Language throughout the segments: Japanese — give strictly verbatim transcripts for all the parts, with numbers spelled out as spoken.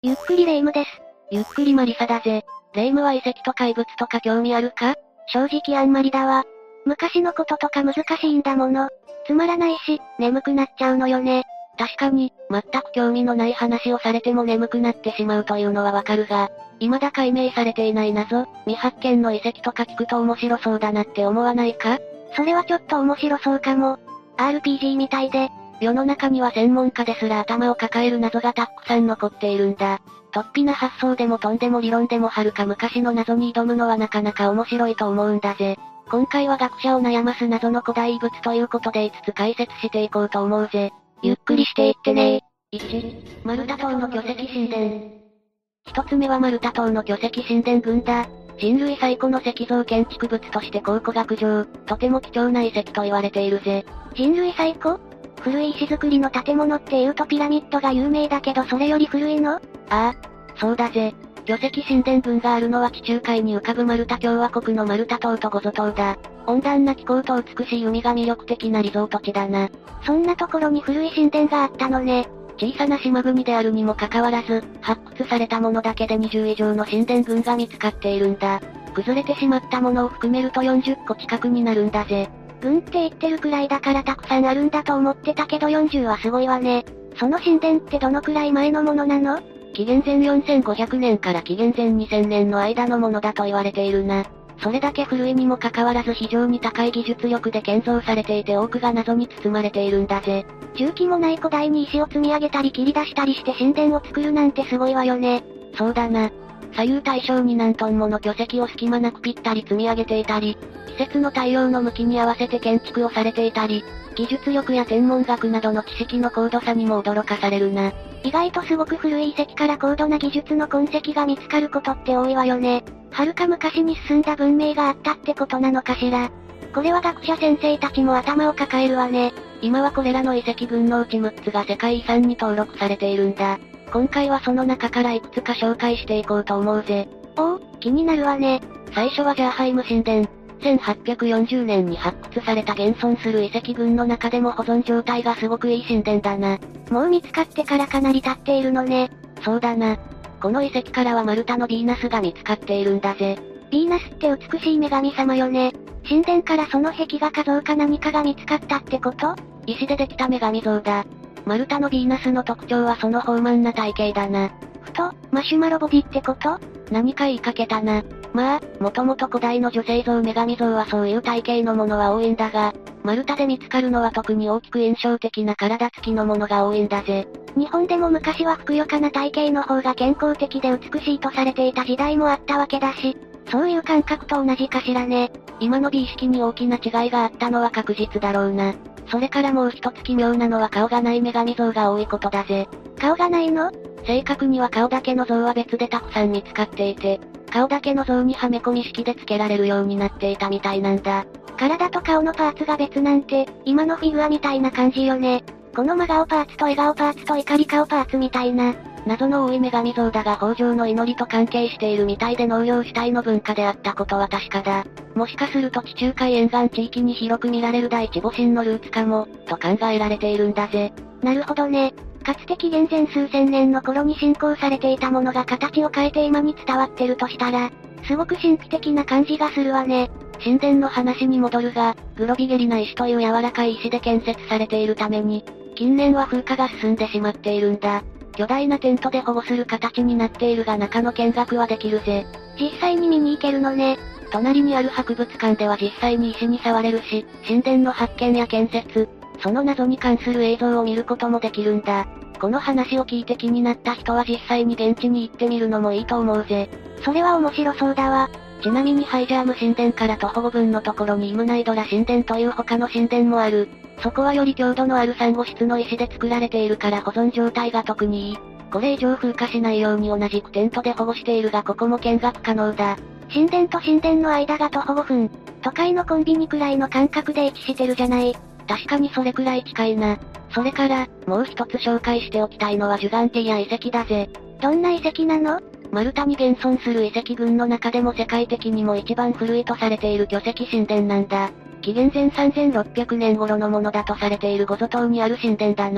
ゆっくりレ夢ムです。 ゆっくりマリサだぜ。レ夢ムは遺跡と怪物とか興味あるか？ 正直あんまりだわ。昔のこととか難しいんだもの。つまらないし、眠くなっちゃうのよね。 確かに、全く興味のない話をされても眠くなってしまうというのはわかるが、未だ解明されていない謎、未発見の遺跡とか聞くと面白そうだなって思わないか？ それはちょっと面白そうかも。アールピージー みたいで。 世の中には専門家ですら頭を抱える謎がたくさん残っているんだ。突飛な発想でもとんでも理論でも遥か昔の謎に挑むのはなかなか面白いと思うんだぜ。今回は学者を悩ます謎の古代遺物ということでいつつ解説していこうと思うぜ。 ゆっくりしていってねー。いち、マルタ島の巨石神殿。一つ目はマルタ島の巨石神殿群だ。人類最古の石像建築物として考古学上、とても貴重な遺跡と言われているぜ。 人類最古？古い石造りの建物って言うとピラミッドが有名だけどそれより古いの？ ああ、そうだぜ。巨石神殿群があるのは地中海に浮かぶマルタ共和国のマルタ島とゴゾ島だ。温暖な気候と美しい海が魅力的なリゾート地だな。 そんなところに古い神殿があったのね。 小さな島国であるにもかかわらず、発掘されたものだけでにじゅう以上の神殿群が見つかっているんだ。崩れてしまったものを含めるとよんじゅっこ近くになるんだぜ。 群って言ってるくらいだからたくさんあるんだと思ってたけどよんじゅうはすごいわね。その神殿ってどのくらい前のものなの？ 紀元前よんせんごひゃくねんから紀元前にせんねんの間のものだと言われているな。それだけ古いにもかかわらず非常に高い技術力で建造されていて多くが謎に包まれているんだぜ。 重機もない古代に石を積み上げたり切り出したりして神殿を作るなんてすごいわよね。 そうだな。左右対称に何トンもの巨石を隙間なくぴったり積み上げていたり、季節の太陽の向きに合わせて建築をされていたり、技術力や天文学などの知識の高度差にも驚かされるな。 意外とすごく古い遺跡から高度な技術の痕跡が見つかることって多いわよね。遥か昔に進んだ文明があったってことなのかしら。これは学者先生たちも頭を抱えるわね。 今はこれらの遺跡群のうちむっつが世界遺産に登録されているんだ。今回はその中からいくつか紹介していこうと思うぜ。 おお、気になるわね。 最初はジャーハイム神殿。せんはっぴゃくよんじゅうねんに発掘された現存する遺跡群の中でも保存状態がすごくいい神殿だな。 もう見つかってからかなり経っているのね。 そうだな。この遺跡からはマルタのヴィーナスが見つかっているんだぜ。 ヴィーナスって美しい女神様よね。神殿からその壁画か像か何かが見つかったってこと？ 石でできた女神像だ。マルタのヴィーナスの特徴はその豊満な体型だな。 ふと、マシュマロボディってこと？ 何か言いかけたな。まあ、もともと古代の女性像女神像はそういう体型のものは多いんだが、マルタで見つかるのは特に大きく印象的な体つきのものが多いんだぜ。 日本でも昔はふくよかな体型の方が健康的で美しいとされていた時代もあったわけだし、そういう感覚と同じかしらね。 今の美意識に大きな違いがあったのは確実だろうな。それからもう一つ奇妙なのは顔がない女神像が多いことだぜ。 顔がないの？ 正確には顔だけの像は別でたくさん見つかっていて、顔だけの像にはめ込み式で付けられるようになっていたみたいなんだ。 体と顔のパーツが別なんて、今のフィギュアみたいな感じよね。この真顔パーツと笑顔パーツと怒り顔パーツみたいな。 謎の多い女神像だが豊穣の祈りと関係しているみたいで農業主体の文化であったことは確かだ。もしかすると地中海沿岸地域に広く見られる第一母神のルーツかも、と考えられているんだぜ。 なるほどね。かつて紀元前数千年の頃に信仰されていたものが形を変えて今に伝わってるとしたら、すごく神秘的な感じがするわね。 神殿の話に戻るが、グロビゲリナ石という柔らかい石で建設されているために、近年は風化が進んでしまっているんだ。巨大なテントで保護する形になっているが中の見学はできるぜ。 実際に見に行けるのね。 隣にある博物館では実際に石に触れるし、神殿の発見や建設、その謎に関する映像を見ることもできるんだ。この話を聞いて気になった人は実際に現地に行ってみるのもいいと思うぜ。 それは面白そうだわ。 ちなみにハイジャーム神殿から徒歩ごふんのところにイムナイドラ神殿という他の神殿もある。そこはより強度のある珊瑚質の石で作られているから保存状態が特にいい。これ以上風化しないように同じくテントで保護しているがここも見学可能だ。 神殿と神殿の間が徒歩ごふん。都会のコンビニくらいの感覚で位置してるじゃない。 確かにそれくらい近いな。それから、もう一つ紹介しておきたいのはジュガンティア遺跡だぜ。 どんな遺跡なの？ マルタに現存する遺跡群の中でも世界的にも一番古いとされている巨石神殿なんだ。紀元前さんぜんろっぴゃくねん頃のものだとされているゴゾ島にある神殿だな。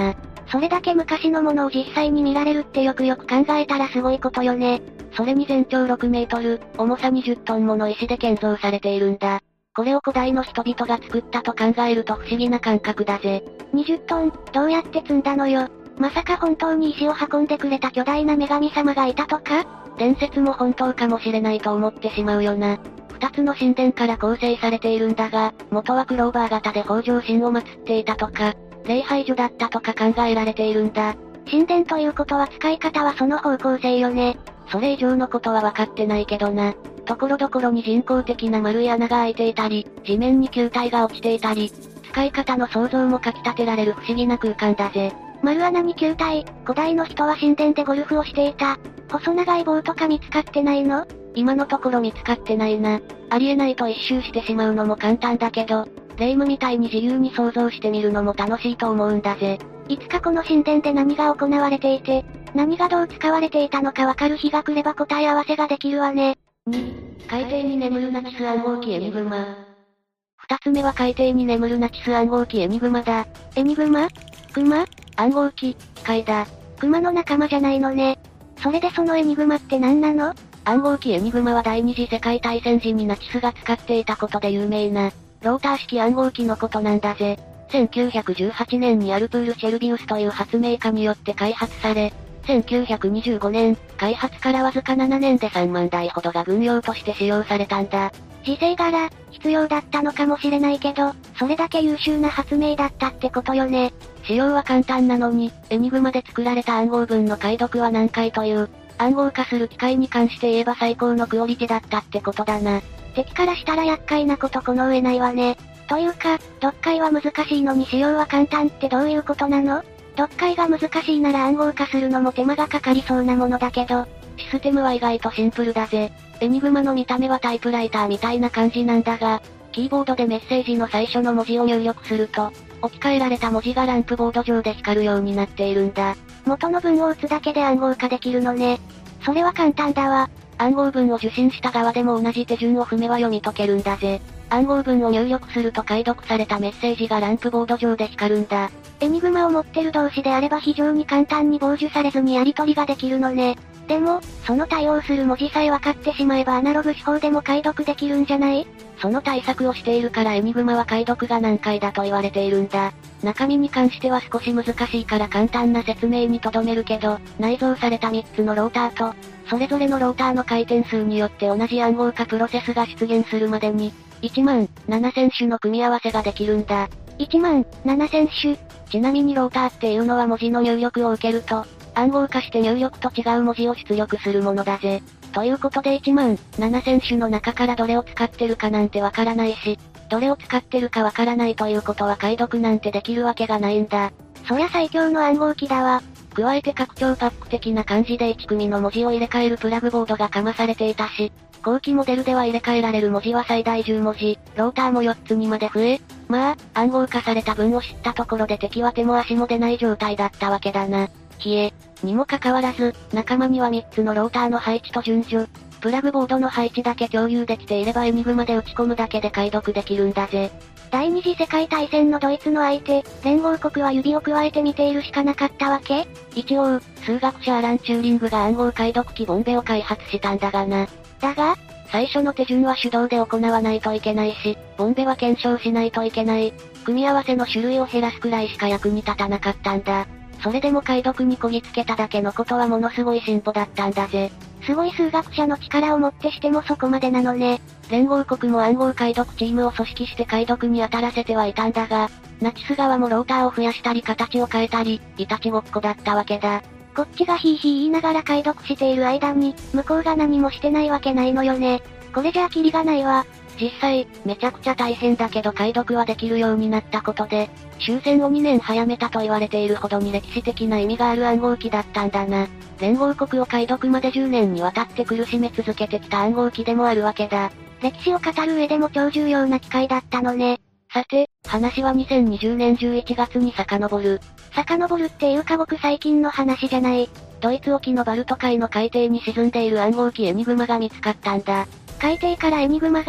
それだけ昔のものを実際に見られるってよくよく考えたらすごいことよね。 それに全長ろくメートル、重さにじゅっトンもの石で建造されているんだ。これを古代の人々が作ったと考えると不思議な感覚だぜ。 にじゅっトン、どうやって積んだのよ。まさか本当に石を運んでくれた巨大な女神様がいたとか？ 伝説も本当かもしれないと思ってしまうよな。二つの神殿から構成されているんだが、元はクローバー型で北条神を祀っていたとか、礼拝所だったとか考えられているんだ。 神殿ということは使い方はその方向性よね。 それ以上のことは分かってないけどな。ところどころに人工的な丸い穴が開いていたり、地面に球体が落ちていたり、使い方の想像もかき立てられる不思議な空間だぜ。 丸穴に球体、古代の人は神殿でゴルフをしていた。細長い棒とか見つかってないの？ 今のところ見つかってないな。ありえないと一周してしまうのも簡単だけど、霊夢みたいに自由に想像してみるのも楽しいと思うんだぜ。 いつかこの神殿で何が行われていて、何がどう使われていたのかわかる日が来れば答え合わせができるわね。 に、海底に眠るナチス暗号機エニグマ。二つ目は海底に眠るナチス暗号機エニグマだ。 エニグマ？クマ？ 暗号機、機械だ。 クマの仲間じゃないのね。それでそのエニグマって何なの？ 暗号機エニグマは第二次世界大戦時にナチスが使っていたことで有名な、ローター式暗号機のことなんだぜ。せんきゅうひゃくじゅうはちねんにアルプール・シェルビウスという発明家によって開発され、せんきゅうひゃくにじゅうごねん、開発からわずかななねんでさんまんだいほどが軍用として使用されたんだ。 時勢柄、必要だったのかもしれないけど、それだけ優秀な発明だったってことよね。 使用は簡単なのに、エニグマで作られた暗号文の解読は難解という、暗号化する機械に関して言えば最高のクオリティだったってことだな。 敵からしたら厄介なことこの上ないわね。というか、読解は難しいのに使用は簡単ってどういうことなの？読解が難しいなら暗号化するのも手間がかかりそうなものだけど、 システムは意外とシンプルだぜ。エニグマの見た目はタイプライターみたいな感じなんだが、キーボードでメッセージの最初の文字を入力すると、置き換えられた文字がランプボード上で光るようになっているんだ。 元の文を打つだけで暗号化できるのね。それは簡単だわ。 暗号文を受信した側でも同じ手順を踏めば読み解けるんだぜ。暗号文を入力すると解読されたメッセージがランプボード上で光るんだ。 エニグマを持ってる同士であれば非常に簡単に傍受されずにやり取りができるのね。でも、その対応する文字さえ分かってしまえばアナログ手法でも解読できるんじゃない？ その対策をしているからエニグマは解読が難解だと言われているんだ。中身に関しては少し難しいから簡単な説明に留めるけど、内蔵されたみっつのローターと、それぞれのローターの回転数によって同じ暗号化プロセスが出現するまでに、いちまんななせん種の組み合わせができるんだ。 いちまんななせん種。 ちなみにローターっていうのは文字の入力を受けると、暗号化して入力と違う文字を出力するものだぜ。ということでいちまんななせん種の中からどれを使ってるかなんてわからないし、どれを使ってるかわからないということは解読なんてできるわけがないんだ。 そりゃ最強の暗号機だわ。 加えて拡張パック的な感じでいち組の文字を入れ替えるプラグボードがかまされていたし、後期モデルでは入れ替えられる文字は最大じゅう文字、ローターもよっつにまで増え、まあ、暗号化された文を知ったところで敵は手も足も出ない状態だったわけだな。ひえ、にもかかわらず、仲間にはみっつのローターの配置と順序、プラグボードの配置だけ共有できていればエニグマで打ち込むだけで解読できるんだぜ。 第二次世界大戦のドイツの相手、連合国は指を加えて見ているしかなかったわけ？ 一応、数学者アラン・チューリングが暗号解読機ボンベを開発したんだがな。 だが、 最初の手順は手動で行わないといけないし、ボンベは検証しないといけない。組み合わせの種類を減らすくらいしか役に立たなかったんだ。それでも解読にこぎつけただけのことはものすごい進歩だったんだぜ。 すごい数学者の力をもってしてもそこまでなのね。 連合国も暗号解読チームを組織して解読に当たらせてはいたんだが、ナチス側もローターを増やしたり形を変えたり、いたちごっこだったわけだ。 こっちがヒーヒー言いながら解読している間に、向こうが何もしてないわけないのよね。これじゃあキリがないわ。 実際、めちゃくちゃ大変だけど解読はできるようになったことで、終戦をにねん早めたと言われているほどに歴史的な意味がある暗号機だったんだな。連合国を解読までじゅうねんにわたって苦しめ続けてきた暗号機でもあるわけだ。 歴史を語る上でも超重要な機会だったのね。 さて、話はにせんにじゅうねんじゅういちがつに遡る。 遡るっていうかごく最近の話じゃない。 ドイツ沖のバルト海の海底に沈んでいる暗号機エニグマが見つかったんだ。 海底からエニグマが？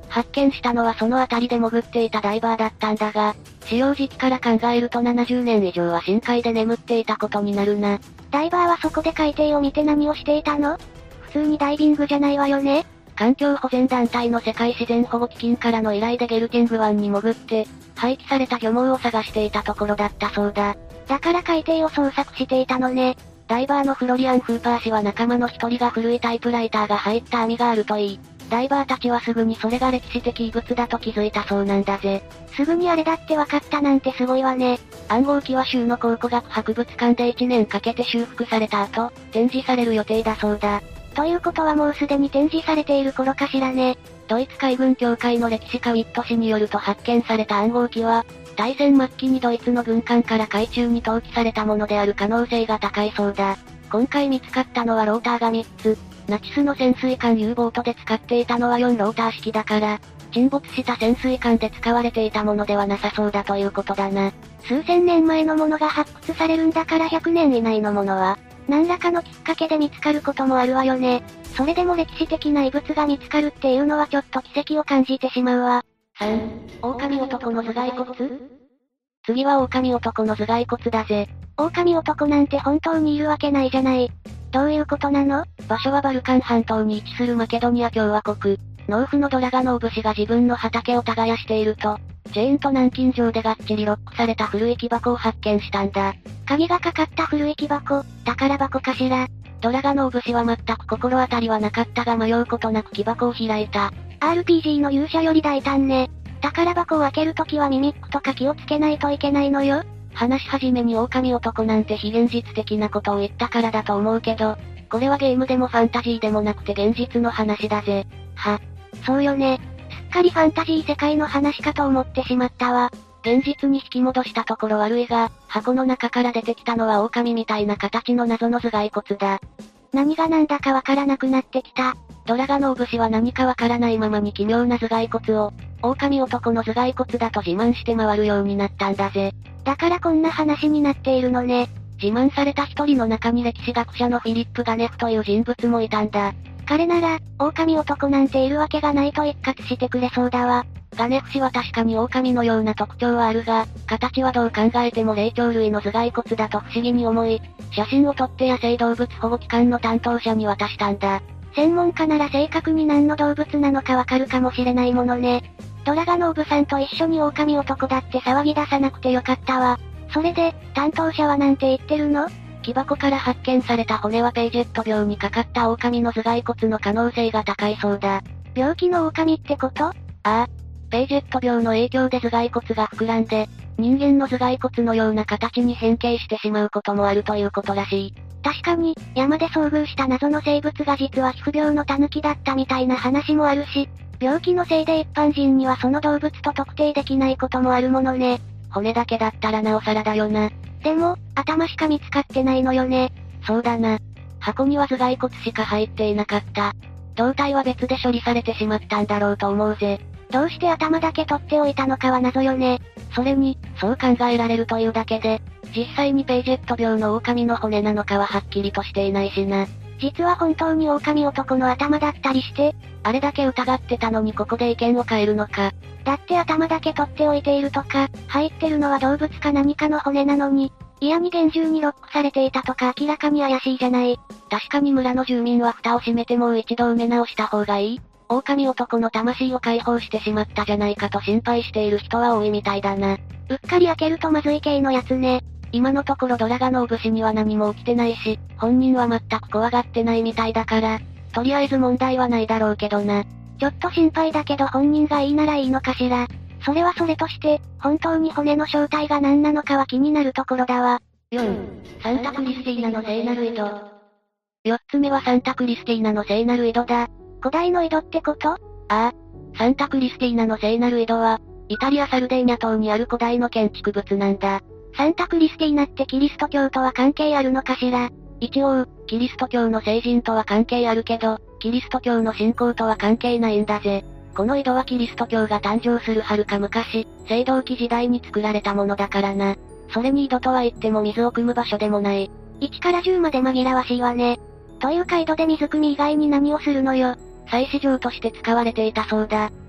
発見したのはその辺りで潜っていたダイバーだったんだが、使用時期から考えるとななじゅうねん以上は深海で眠っていたことになるな。 ダイバーはそこで海底を見て何をしていたの？普通にダイビングじゃないわよね？ 環境保全団体の世界自然保護基金からの依頼でゲルティング湾に潜って、廃棄された漁網を探していたところだったそうだ。 だから海底を捜索していたのね。 ダイバーのフロリアン・フーパー氏は仲間の一人が古いタイプライターが入った網があるといい、ダイバーたちはすぐにそれが歴史的遺物だと気づいたそうなんだぜ。 すぐにあれだって分かったなんてすごいわね。 暗号機は州の考古学博物館でいちねんかけて修復された後、展示される予定だそうだ。 ということはもうすでに展示されている頃かしらね。 ドイツ海軍協会の歴史家ウィット氏によると発見された暗号機は、大戦末期にドイツの軍艦から海中に投棄されたものである可能性が高いそうだ。今回見つかったのはローターがみっつ。ナチスの潜水艦 U ボートで使っていたのはよんローター式だから、沈没した潜水艦で使われていたものではなさそうだということだな。 数千年前のものが発掘されるんだからひゃくねん以内のものは、何らかのきっかけで見つかることもあるわよね。それでも歴史的な遺物が見つかるっていうのはちょっと奇跡を感じてしまうわ。 さん、狼男の頭蓋骨？次は狼男の頭蓋骨だぜ。 狼男なんて本当にいるわけないじゃない。どういうことなの？ 場所はバルカン半島に位置するマケドニア共和国。農夫のドラガノーブ氏が自分の畑を耕していると、チェーンと南京錠でがっちりロックされた古い木箱を発見したんだ。 鍵がかかった古い木箱、宝箱かしら。 ドラガノーブ氏は全く心当たりはなかったが迷うことなく木箱を開いた。 アールピージー の勇者より大胆ね。宝箱を開けるときはミミックとか気をつけないといけないのよ。 話し始めに狼男なんて非現実的なことを言ったからだと思うけど、これはゲームでもファンタジーでもなくて現実の話だぜ。 は、そうよね。すっかりファンタジー世界の話かと思ってしまったわ。 現実に引き戻したところ悪いが、箱の中から出てきたのは狼みたいな形の謎の頭蓋骨だ。 何が何だかわからなくなってきた。 ドラガノーブ氏は何かわからないままに奇妙な頭蓋骨を、狼男の頭蓋骨だと自慢して回るようになったんだぜ。 だからこんな話になっているのね。 自慢された一人の中に歴史学者のフィリップ・ガネフという人物もいたんだ。 彼なら、狼男なんているわけがないと一括してくれそうだわ。 ガネフ氏は確かに狼のような特徴はあるが、形はどう考えても霊長類の頭蓋骨だと不思議に思い、写真を撮って野生動物保護機関の担当者に渡したんだ。 専門家なら正確に何の動物なのかわかるかもしれないものね。ドラガノーブさんと一緒に狼男だって騒ぎ出さなくてよかったわ。それで、担当者はなんて言ってるの？ 木箱から発見された骨はページェット病にかかった狼の頭蓋骨の可能性が高いそうだ。 病気の狼ってこと？ああ。ページェット病の影響で頭蓋骨が膨らんで、人間の頭蓋骨のような形に変形してしまうこともあるということらしい。 確かに、山で遭遇した謎の生物が実は皮膚病のタヌキだったみたいな話もあるし、病気のせいで一般人にはその動物と特定できないこともあるものね。 骨だけだったらなおさらだよな。 でも、頭しか見つかってないのよね。 そうだな。箱には頭蓋骨しか入っていなかった。胴体は別で処理されてしまったんだろうと思うぜ。 どうして頭だけ取っておいたのかは謎よね。 それに、そう考えられるというだけで、実際にページェット病の狼の骨なのかははっきりとしていないしな。 実は本当に狼男の頭だったりして、 あれだけ疑ってたのにここで意見を変えるのか。 だって頭だけ取っておいているとか、入ってるのは動物か何かの骨なのに、嫌に厳重にロックされていたとか明らかに怪しいじゃない。 確かに村の住民は蓋を閉めてもう一度埋め直した方がいい。狼男の魂を解放してしまったじゃないかと心配している人は多いみたいだな。 うっかり開けるとまずい系のやつね。 今のところドラガノーブ氏には何も起きてないし、本人は全く怖がってないみたいだから、とりあえず問題はないだろうけどな。 ちょっと心配だけど本人がいいならいいのかしら。それはそれとして、本当に骨の正体が何なのかは気になるところだわ。 よん、サンタクリスティーナの聖なる井戸。よっつめはサンタクリスティーナの聖なる井戸だ。 古代の井戸ってこと？ああ。サンタクリスティーナの聖なる井戸は、イタリアサルデーニャ島にある古代の建築物なんだ。 サンタクリスティーナってキリスト教とは関係あるのかしら？ 一応、キリスト教の聖人とは関係あるけど、キリスト教の信仰とは関係ないんだぜ。この井戸はキリスト教が誕生するはるか昔、青銅器時代に作られたものだからな。それに井戸とは言っても水を汲む場所でもない。 いちからじゅうまで紛らわしいわね。というか井戸で水汲み以外に何をするのよ。 祭祀場として使われていたそうだ。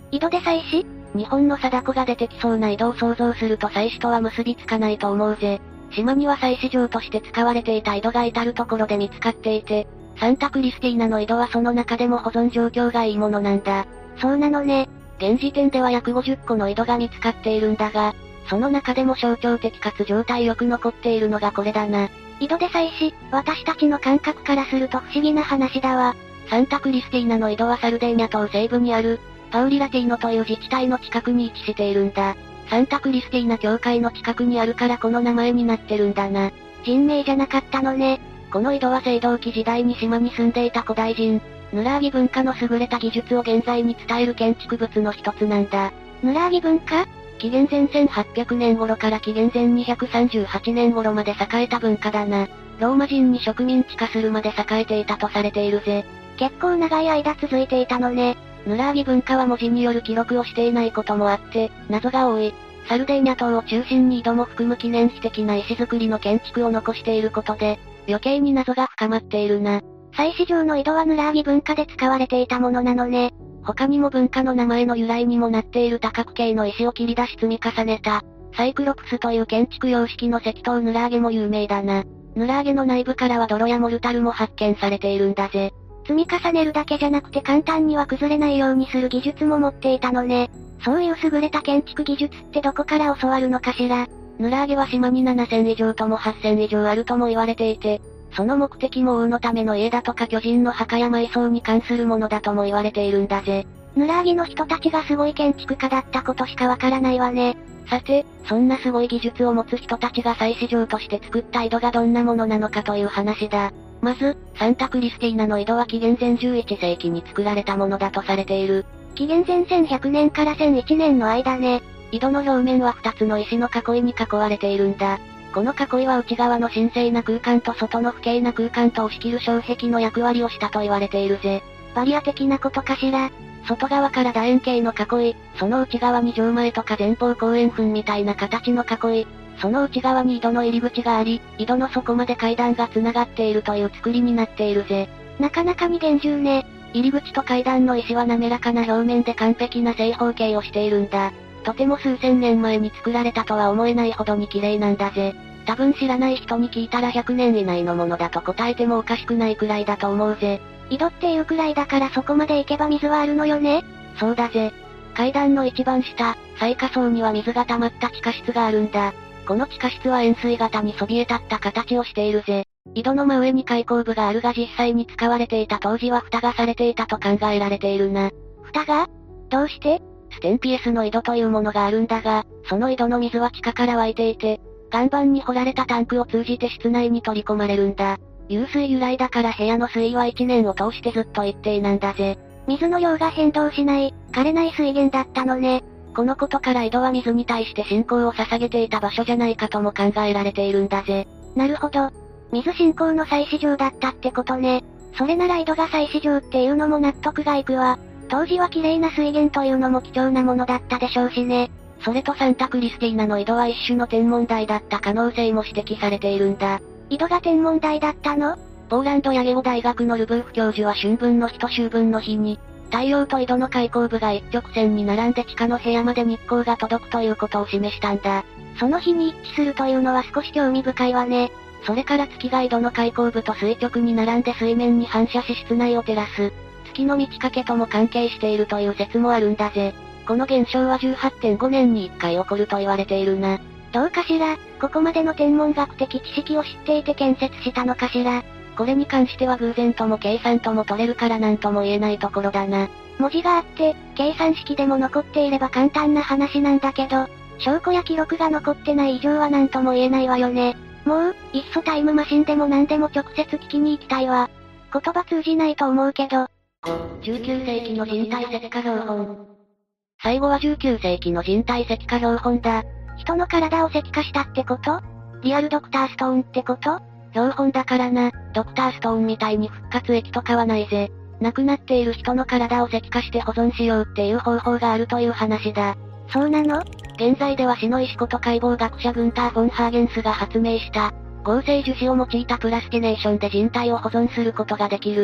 井戸で採取？ 日本の貞子が出てきそうな井戸を想像すると採取とは結びつかないと思うぜ。島には採取場として使われていた井戸が至るところで見つかっていて、サンタクリスティーナの井戸はその中でも保存状況がいいものなんだ。 そうなのね。 現時点では約ごじゅっこの井戸が見つかっているんだが、その中でも象徴的かつ状態よく残っているのがこれだな。 井戸で採取、私たちの感覚からすると不思議な話だわ。 サンタクリスティーナの井戸はサルデーニャ島西部にある、パウリラティーノという自治体の近くに位置しているんだ。サンタクリスティーナ教会の近くにあるからこの名前になってるんだな。 人名じゃなかったのね。 この井戸は青銅器時代に島に住んでいた古代人、ヌラーギ文化の優れた技術を現在に伝える建築物の一つなんだ。 ヌラーギ文化？ 紀元前せんはっぴゃくねん頃から紀元前にひゃくさんじゅうはちねん頃まで栄えた文化だな。ローマ人に植民地化するまで栄えていたとされているぜ。 結構長い間続いていたのね。 ヌラーギ文化は文字による記録をしていないこともあって、謎が多い。サルデーニャ島を中心に井戸も含む記念碑的な石造りの建築を残していることで、余計に謎が深まっているな。 採取場の井戸はヌラーギ文化で使われていたものなのね。 他にも文化の名前の由来にもなっている多角形の石を切り出し積み重ねた、サイクロプスという建築様式の石塔ヌラーゲも有名だな。ヌラーゲの内部からは泥やモルタルも発見されているんだぜ。 積み重ねるだけじゃなくて簡単には崩れないようにする技術も持っていたのね。そういう優れた建築技術ってどこから教わるのかしら。 ヌラーゲは島にななせん以上ともはっせん以上あるとも言われていて、その目的も王のための家だとか巨人の墓や埋葬に関するものだとも言われているんだぜ。 ヌラーギの人たちがすごい建築家だったことしかわからないわね。 さて、そんなすごい技術を持つ人たちが採取場として作った井戸がどんなものなのかという話だ。まず、サンタクリスティーナの井戸は紀元前じゅういちせいきに作られたものだとされている。 紀元前せんひゃくねんからせんいちねんの間ね。 井戸の表面はふたつの石の囲いに囲われているんだ。この囲いは内側の神聖な空間と外の不敬な空間とを仕切る障壁の役割をしたと言われているぜ。 バリア的なことかしら。 外側から楕円形の囲い、その内側に錠前とか前方後円墳みたいな形の囲い、その内側に井戸の入り口があり、井戸の底まで階段が繋がっているという作りになっているぜ。 なかなかに厳重ね。 入り口と階段の石は滑らかな表面で完璧な正方形をしているんだ。とても数千年前に作られたとは思えないほどに綺麗なんだぜ。多分知らない人に聞いたらひゃくねん以内のものだと答えてもおかしくないくらいだと思うぜ。 井戸っていうくらいだからそこまで行けば水はあるのよね？ そうだぜ。階段の一番下、最下層には水が溜まった地下室があるんだ。この地下室は円錐型にそびえ立った形をしているぜ。井戸の真上に開口部があるが実際に使われていた当時は蓋がされていたと考えられているな。 蓋が？どうして？ ステンピエスの井戸というものがあるんだが、その井戸の水は地下から湧いていて、岩盤に掘られたタンクを通じて室内に取り込まれるんだ。湧水由来だから部屋の水位はいちねんを通してずっと一定なんだぜ。 水の量が変動しない、枯れない水源だったのね。 このことから井戸は水に対して信仰を捧げていた場所じゃないかとも考えられているんだぜ。 なるほど。水信仰の採取場だったってことね。それなら井戸が採取場っていうのも納得がいくわ。当時は綺麗な水源というのも貴重なものだったでしょうしね。 それとサンタクリスティーナの井戸は一種の天文台だった可能性も指摘されているんだ。 井戸が天文台だったの？ ポーランドヤゲオ大学のルブーフ教授は春分の日と秋分の日に、太陽と井戸の開口部が一直線に並んで地下の部屋まで日光が届くということを示したんだ。 その日に一致するというのは少し興味深いわね。 それから月が井戸の開口部と垂直に並んで水面に反射し室内を照らす、月の満ち欠けとも関係しているという説もあるんだぜ。この現象は じゅうはってんごねんにいっかい起こると言われているな。 どうかしら、ここまでの天文学的知識を知っていて建設したのかしら。 これに関しては偶然とも計算とも取れるからなんとも言えないところだな。 文字があって、計算式でも残っていれば簡単な話なんだけど、証拠や記録が残ってない以上はなんとも言えないわよね。もう、いっそタイムマシンでも何でも直接聞きに行きたいわ。言葉通じないと思うけど。 じゅうきゅうせいきの人体石化標本。最後はじゅうきゅうせいきの人体石化標本だ。 人の体を石化したってこと？リアルドクターストーンってこと？ 標本だからな、ドクターストーンみたいに復活液とかはないぜ。亡くなっている人の体を石化して保存しようっていう方法があるという話だ。 そうなの？ 現在では死の石こと解剖学者グンター・フォンハーゲンスが発明した、合成樹脂を用いたプラスティネーションで人体を保存することができる。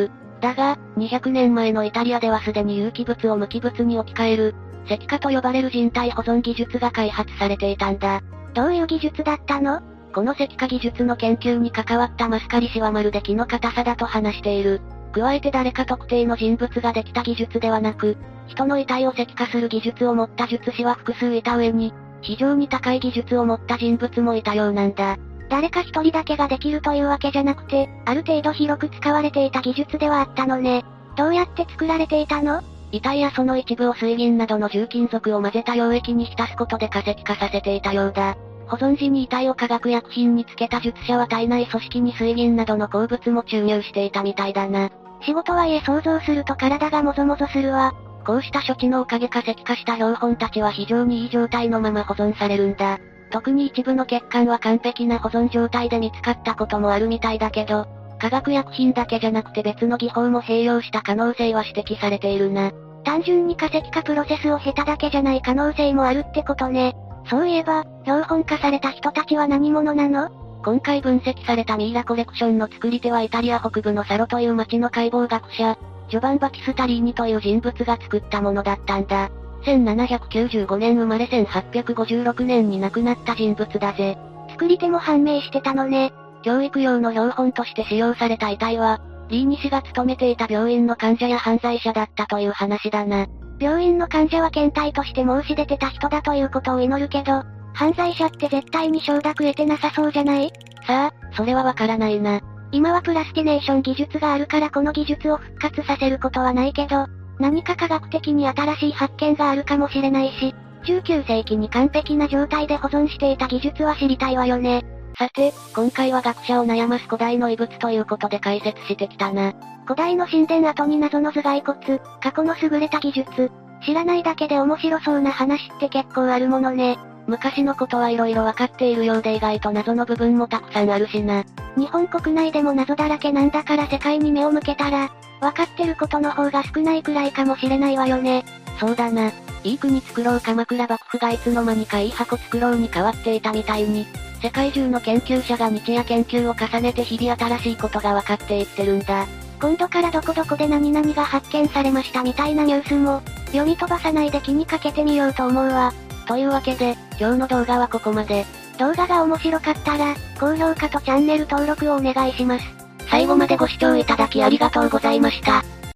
だが、にひゃくねんまえのイタリアではすでに有機物を無機物に置き換える、石化と呼ばれる人体保存技術が開発されていたんだ。 どういう技術だったの？ この石化技術の研究に関わったマスカリ氏はまるで木の硬さだと話している。加えて誰か特定の人物ができた技術ではなく、人の遺体を石化する技術を持った術師は複数いた上に、非常に高い技術を持った人物もいたようなんだ。 誰か一人だけができるというわけじゃなくて、ある程度広く使われていた技術ではあったのね。どうやって作られていたの？ 遺体やその一部を水銀などの重金属を混ぜた溶液に浸すことで化石化させていたようだ。保存時に遺体を化学薬品につけた術者は体内組織に水銀などの鉱物も注入していたみたいだな。 仕事はいえ想像すると体がもぞもぞするわ。 こうした処置のおかげか石化した標本たちは非常にいい状態のまま保存されるんだ。特に一部の血管は完璧な保存状態で見つかったこともあるみたいだけど、化学薬品だけじゃなくて別の技法も併用した可能性は指摘されているな。 単純に化石化プロセスを経ただけじゃない可能性もあるってことね。そういえば、標本化された人たちは何者なの？ 今回分析されたミイラコレクションの作り手はイタリア北部のサロという町の解剖学者、ジョバン・バキスタリーニという人物が作ったものだったんだ。せんななひゃくきゅうじゅうごねん生まれせんはっぴゃくごじゅうろくねんに亡くなった人物だぜ。 作り手も判明してたのね。 教育用の標本として使用された遺体は、リーニ氏が勤めていた病院の患者や犯罪者だったという話だな。 病院の患者は検体として申し出てた人だということを祈るけど、犯罪者って絶対に承諾得てなさそうじゃない？ さあ、それはわからないな。 今はプラスティネーション技術があるからこの技術を復活させることはないけど、何か科学的に新しい発見があるかもしれないし、じゅうきゅうせいきに完璧な状態で保存していた技術は知りたいわよね。 さて、今回は学者を悩ます古代の遺物ということで解説してきたな。 古代の神殿跡に謎の頭蓋骨、過去の優れた技術。知らないだけで面白そうな話って結構あるものね。 昔のことはいろいろわかっているようで意外と謎の部分もたくさんあるしな。 日本国内でも謎だらけなんだから世界に目を向けたら、わかってることの方が少ないくらいかもしれないわよね。 そうだな。いい国作ろう鎌倉幕府がいつの間にかいい箱作ろうに変わっていたみたいに、世界中の研究者が日夜研究を重ねて日々新しいことがわかっていってるんだ。 今度からどこどこで何々が発見されましたみたいなニュースも、読み飛ばさないで気にかけてみようと思うわ。 というわけで、今日の動画はここまで。 動画が面白かったら、高評価とチャンネル登録をお願いします。 最後までご視聴いただきありがとうございました。